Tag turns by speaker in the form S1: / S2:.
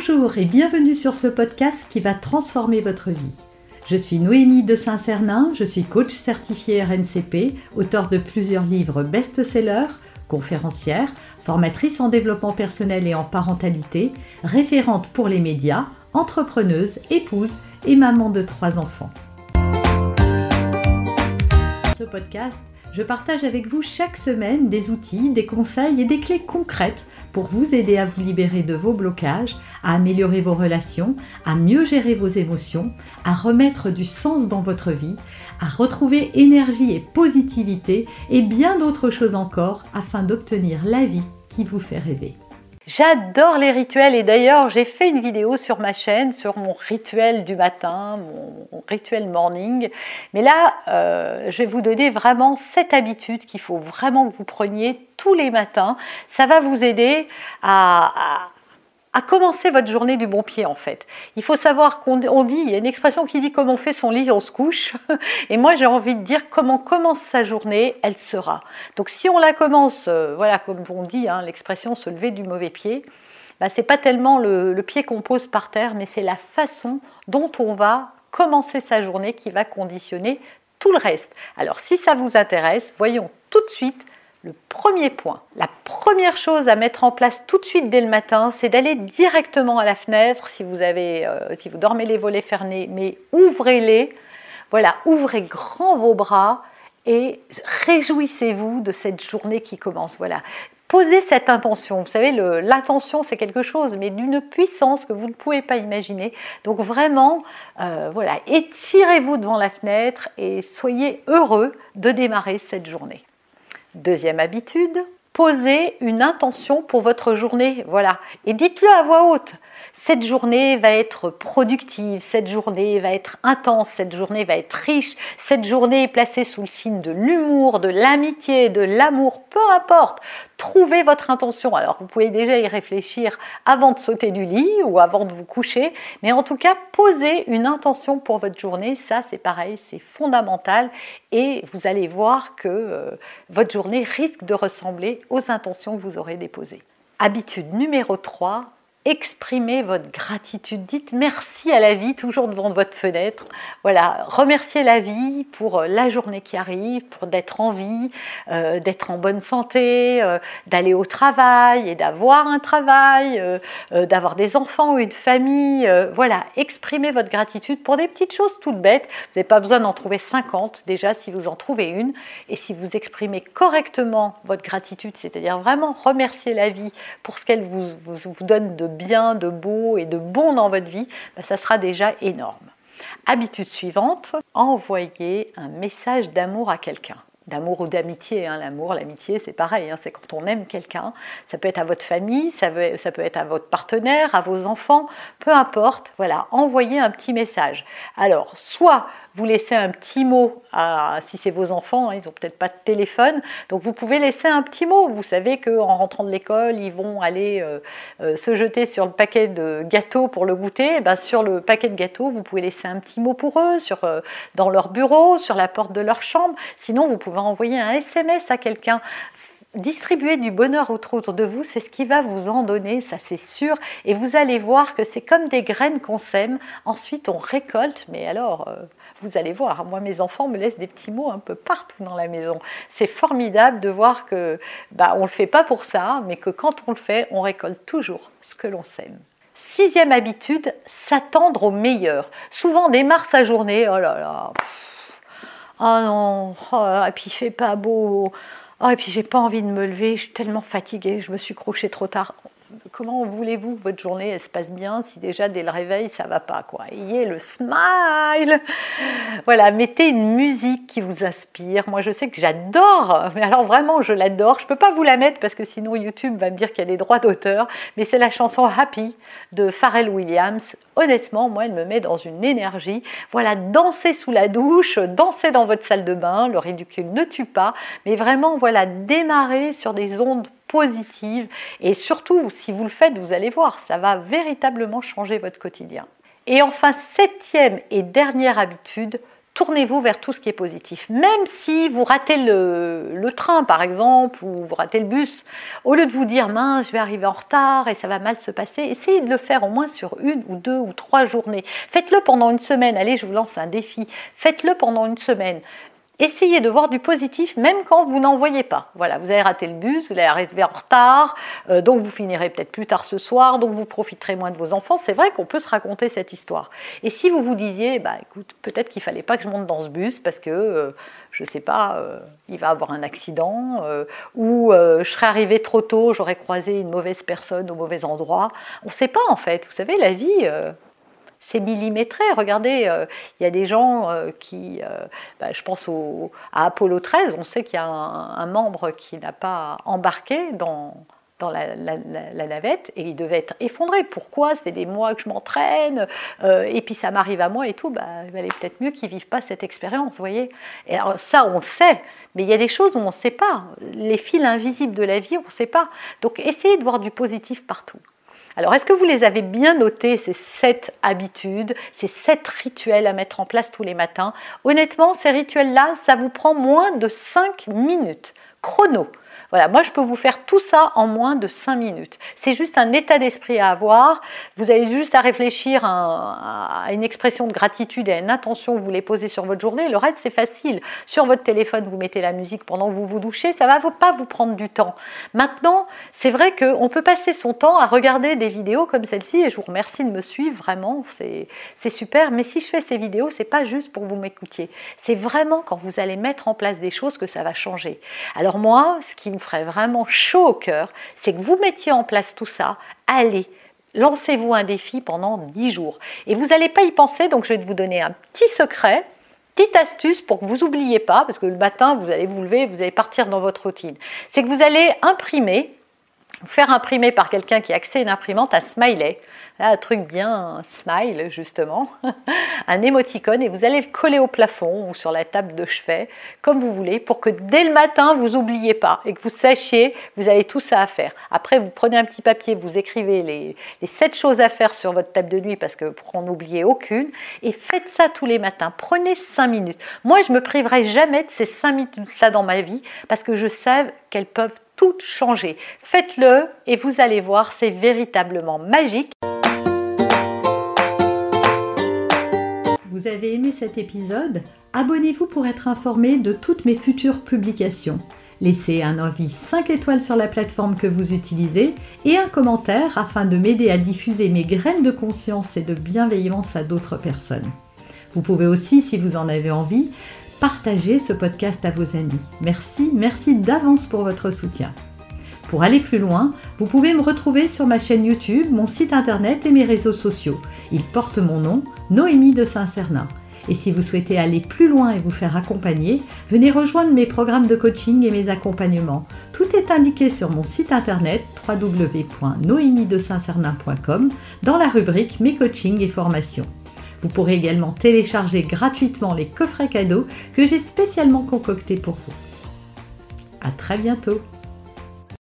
S1: Bonjour et bienvenue sur ce podcast qui va transformer votre vie. Je suis Noémie de Saint-Cernin, je suis coach certifiée RNCP, auteure de plusieurs livres best-sellers, conférencière, formatrice en développement personnel et en parentalité, référente pour les médias, entrepreneuse, épouse et maman de 3 enfants. Dans ce podcast, je partage avec vous chaque semaine des outils, des conseils et des clés concrètes pour vous aider à vous libérer de vos blocages, à améliorer vos relations, à mieux gérer vos émotions, à remettre du sens dans votre vie, à retrouver énergie et positivité et bien d'autres choses encore afin d'obtenir la vie qui vous fait rêver. J'adore les rituels et d'ailleurs j'ai fait une vidéo sur ma chaîne sur mon rituel du matin, mon rituel morning. Mais là, je vais vous donner vraiment cette habitude qu'il faut vraiment que vous preniez tous les matins. Ça va vous aider à commencer votre journée du bon pied en fait. Il faut savoir il y a une expression qui dit comme on fait son lit, on se couche. Et moi j'ai envie de dire comment commence sa journée, elle sera. Donc si on la commence, comme on dit, l'expression se lever du mauvais pied, c'est pas tellement le pied qu'on pose par terre, mais c'est la façon dont on va commencer sa journée qui va conditionner tout le reste. Alors si ça vous intéresse, voyons tout de suite le premier point. La première chose à mettre en place tout de suite dès le matin, c'est d'aller directement à la fenêtre. Si vous dormez les volets fermés, mais ouvrez-les. Voilà, ouvrez grand vos bras et réjouissez-vous de cette journée qui commence. Voilà. Posez cette intention. Vous savez, l'intention, c'est quelque chose, mais d'une puissance que vous ne pouvez pas imaginer. Donc vraiment, étirez-vous devant la fenêtre et soyez heureux de démarrer cette journée. Deuxième habitude, posez une intention pour votre journée, et dites-le à voix haute. Cette journée va être productive, cette journée va être intense, cette journée va être riche, cette journée est placée sous le signe de l'humour, de l'amitié, de l'amour, peu importe. Trouvez votre intention. Alors, vous pouvez déjà y réfléchir avant de sauter du lit ou avant de vous coucher, mais en tout cas, posez une intention pour votre journée. Ça, c'est pareil, c'est fondamental et vous allez voir que votre journée risque de ressembler aux intentions que vous aurez déposées. Habitude numéro 3. Exprimez votre gratitude, dites merci à la vie toujours devant votre fenêtre. Remerciez la vie pour la journée qui arrive, pour d'être en vie, d'être en bonne santé, d'aller au travail et d'avoir un travail, d'avoir des enfants ou une famille. Exprimez votre gratitude pour des petites choses toutes bêtes. Vous n'avez pas besoin d'en trouver 50 déjà si vous en trouvez une. Et si vous exprimez correctement votre gratitude, c'est-à-dire vraiment remercier la vie pour ce qu'elle vous donne de bien, de beau et de bon dans votre vie, ça sera déjà énorme. Habitude suivante, envoyer un message d'amour à quelqu'un. D'amour ou d'amitié, l'amour, l'amitié, c'est pareil, c'est quand on aime quelqu'un. Ça peut être à votre famille, ça peut être à votre partenaire, à vos enfants, peu importe. Envoyez un petit message. Alors, soit vous laissez un petit mot, si c'est vos enfants, ils n'ont peut-être pas de téléphone, donc vous pouvez laisser un petit mot. Vous savez qu'en rentrant de l'école, ils vont aller se jeter sur le paquet de gâteaux pour le goûter. Sur le paquet de gâteaux, vous pouvez laisser un petit mot pour eux, dans leur bureau, sur la porte de leur chambre. Sinon, vous pouvez envoyer un SMS à quelqu'un. Distribuer du bonheur autour de vous, c'est ce qui va vous en donner, ça c'est sûr. Et vous allez voir que c'est comme des graines qu'on sème. Ensuite, on récolte, mais alors, vous allez voir, moi mes enfants me laissent des petits mots un peu partout dans la maison. C'est formidable de voir que on ne le fait pas pour ça, mais que quand on le fait, on récolte toujours ce que l'on sème. 6e habitude, s'attendre au meilleur. Souvent, on démarre sa journée, oh là là, oh non, et puis il fait pas beau, et puis j'ai pas envie de me lever, je suis tellement fatiguée, je me suis couchée trop tard. Comment voulez-vous que votre journée elle se passe bien si déjà dès le réveil ça va pas Ayez le smile. Mettez une musique qui vous inspire. Moi je sais que j'adore, mais alors vraiment je l'adore. Je peux pas vous la mettre parce que sinon YouTube va me dire qu'il y a des droits d'auteur, mais c'est la chanson Happy de Pharrell Williams. Honnêtement, moi elle me met dans une énergie. Dansez sous la douche, dansez dans votre salle de bain, le ridicule ne tue pas, mais vraiment démarrer sur des ondes positive et surtout si vous le faites, vous allez voir, ça va véritablement changer votre quotidien. Et enfin, 7e et dernière habitude, tournez-vous vers tout ce qui est positif. Même si vous ratez le train, par exemple, ou vous ratez le bus, au lieu de vous dire « mince, je vais arriver en retard et ça va mal se passer », essayez de le faire au moins sur 1 ou 2 ou 3 journées. Faites-le pendant une semaine. Allez, je vous lance un défi. Faites-le pendant une semaine. Essayez de voir du positif même quand vous n'en voyez pas. Voilà, vous avez raté le bus, vous allez arriver en retard, donc vous finirez peut-être plus tard ce soir, donc vous profiterez moins de vos enfants. C'est vrai qu'on peut se raconter cette histoire. Et si vous vous disiez, écoute, peut-être qu'il ne fallait pas que je monte dans ce bus parce que, je ne sais pas, il va avoir un accident, ou je serais arrivé trop tôt, j'aurais croisé une mauvaise personne au mauvais endroit. On ne sait pas en fait, vous savez, la vie... c'est millimétré. Regardez, il y a des gens qui, je pense à Apollo 13, on sait qu'il y a un membre qui n'a pas embarqué dans la navette et il devait être effondré. Pourquoi? Ça fait des mois que je m'entraîne et puis ça m'arrive à moi et tout. Il valait peut-être mieux qu'ils ne vivent pas cette expérience, vous voyez. Et alors ça, on le sait, mais il y a des choses où on ne sait pas. Les fils invisibles de la vie, on ne sait pas. Donc essayez de voir du positif partout. Alors, est-ce que vous les avez bien notés, ces 7 habitudes, ces 7 rituels à mettre en place tous les matins? Honnêtement, ces rituels-là, ça vous prend moins de 5 minutes, chrono. Voilà, moi je peux vous faire tout ça en moins de 5 minutes. C'est juste un état d'esprit à avoir. Vous avez juste à réfléchir à une expression de gratitude et à une intention que vous voulez poser sur votre journée. Le reste, c'est facile. Sur votre téléphone, vous mettez la musique pendant que vous vous douchez. Ça ne va pas vous prendre du temps. Maintenant, c'est vrai qu'on peut passer son temps à regarder des vidéos comme celle-ci. Et je vous remercie de me suivre, vraiment. C'est super. Mais si je fais ces vidéos, ce n'est pas juste pour vous m'écoutiez. C'est vraiment quand vous allez mettre en place des choses que ça va changer. Alors moi, ce qui me ferait vraiment chaud au cœur, c'est que vous mettiez en place tout ça. Allez, lancez-vous un défi pendant 10 jours. Et vous n'allez pas y penser, donc je vais vous donner un petit secret, petite astuce pour que vous n'oubliez pas, parce que le matin, vous allez vous lever, vous allez partir dans votre routine. C'est que vous allez faire imprimer par quelqu'un qui a accès à une imprimante, un smiley. Là, un truc bien smile, justement, un émoticône, et vous allez le coller au plafond ou sur la table de chevet, comme vous voulez, pour que dès le matin, vous n'oubliez pas et que vous sachiez que vous avez tout ça à faire. Après, vous prenez un petit papier, vous écrivez les 7 choses à faire sur votre table de nuit, parce que pour en oublier aucune, et faites ça tous les matins. Prenez 5 minutes. Moi, je ne me priverai jamais de ces 5 minutes-là dans ma vie, parce que je sais qu'elles peuvent tout changer. Faites-le et vous allez voir, c'est véritablement magique. Vous avez aimé cet épisode? Abonnez-vous pour être informé de toutes mes futures publications. Laissez un avis 5 étoiles sur la plateforme que vous utilisez et un commentaire afin de m'aider à diffuser mes graines de conscience et de bienveillance à d'autres personnes. Vous pouvez aussi, si vous en avez envie, partager ce podcast à vos amis. Merci d'avance pour votre soutien. Pour aller plus loin, vous pouvez me retrouver sur ma chaîne YouTube, mon site internet et mes réseaux sociaux. Ils portent mon nom, Noémie de Saint-Cernin. Et si vous souhaitez aller plus loin et vous faire accompagner, venez rejoindre mes programmes de coaching et mes accompagnements. Tout est indiqué sur mon site internet www.noemiedesaintcernin.com dans la rubrique Mes coachings et formations. Vous pourrez également télécharger gratuitement les coffrets cadeaux que j'ai spécialement concoctés pour vous. À très bientôt!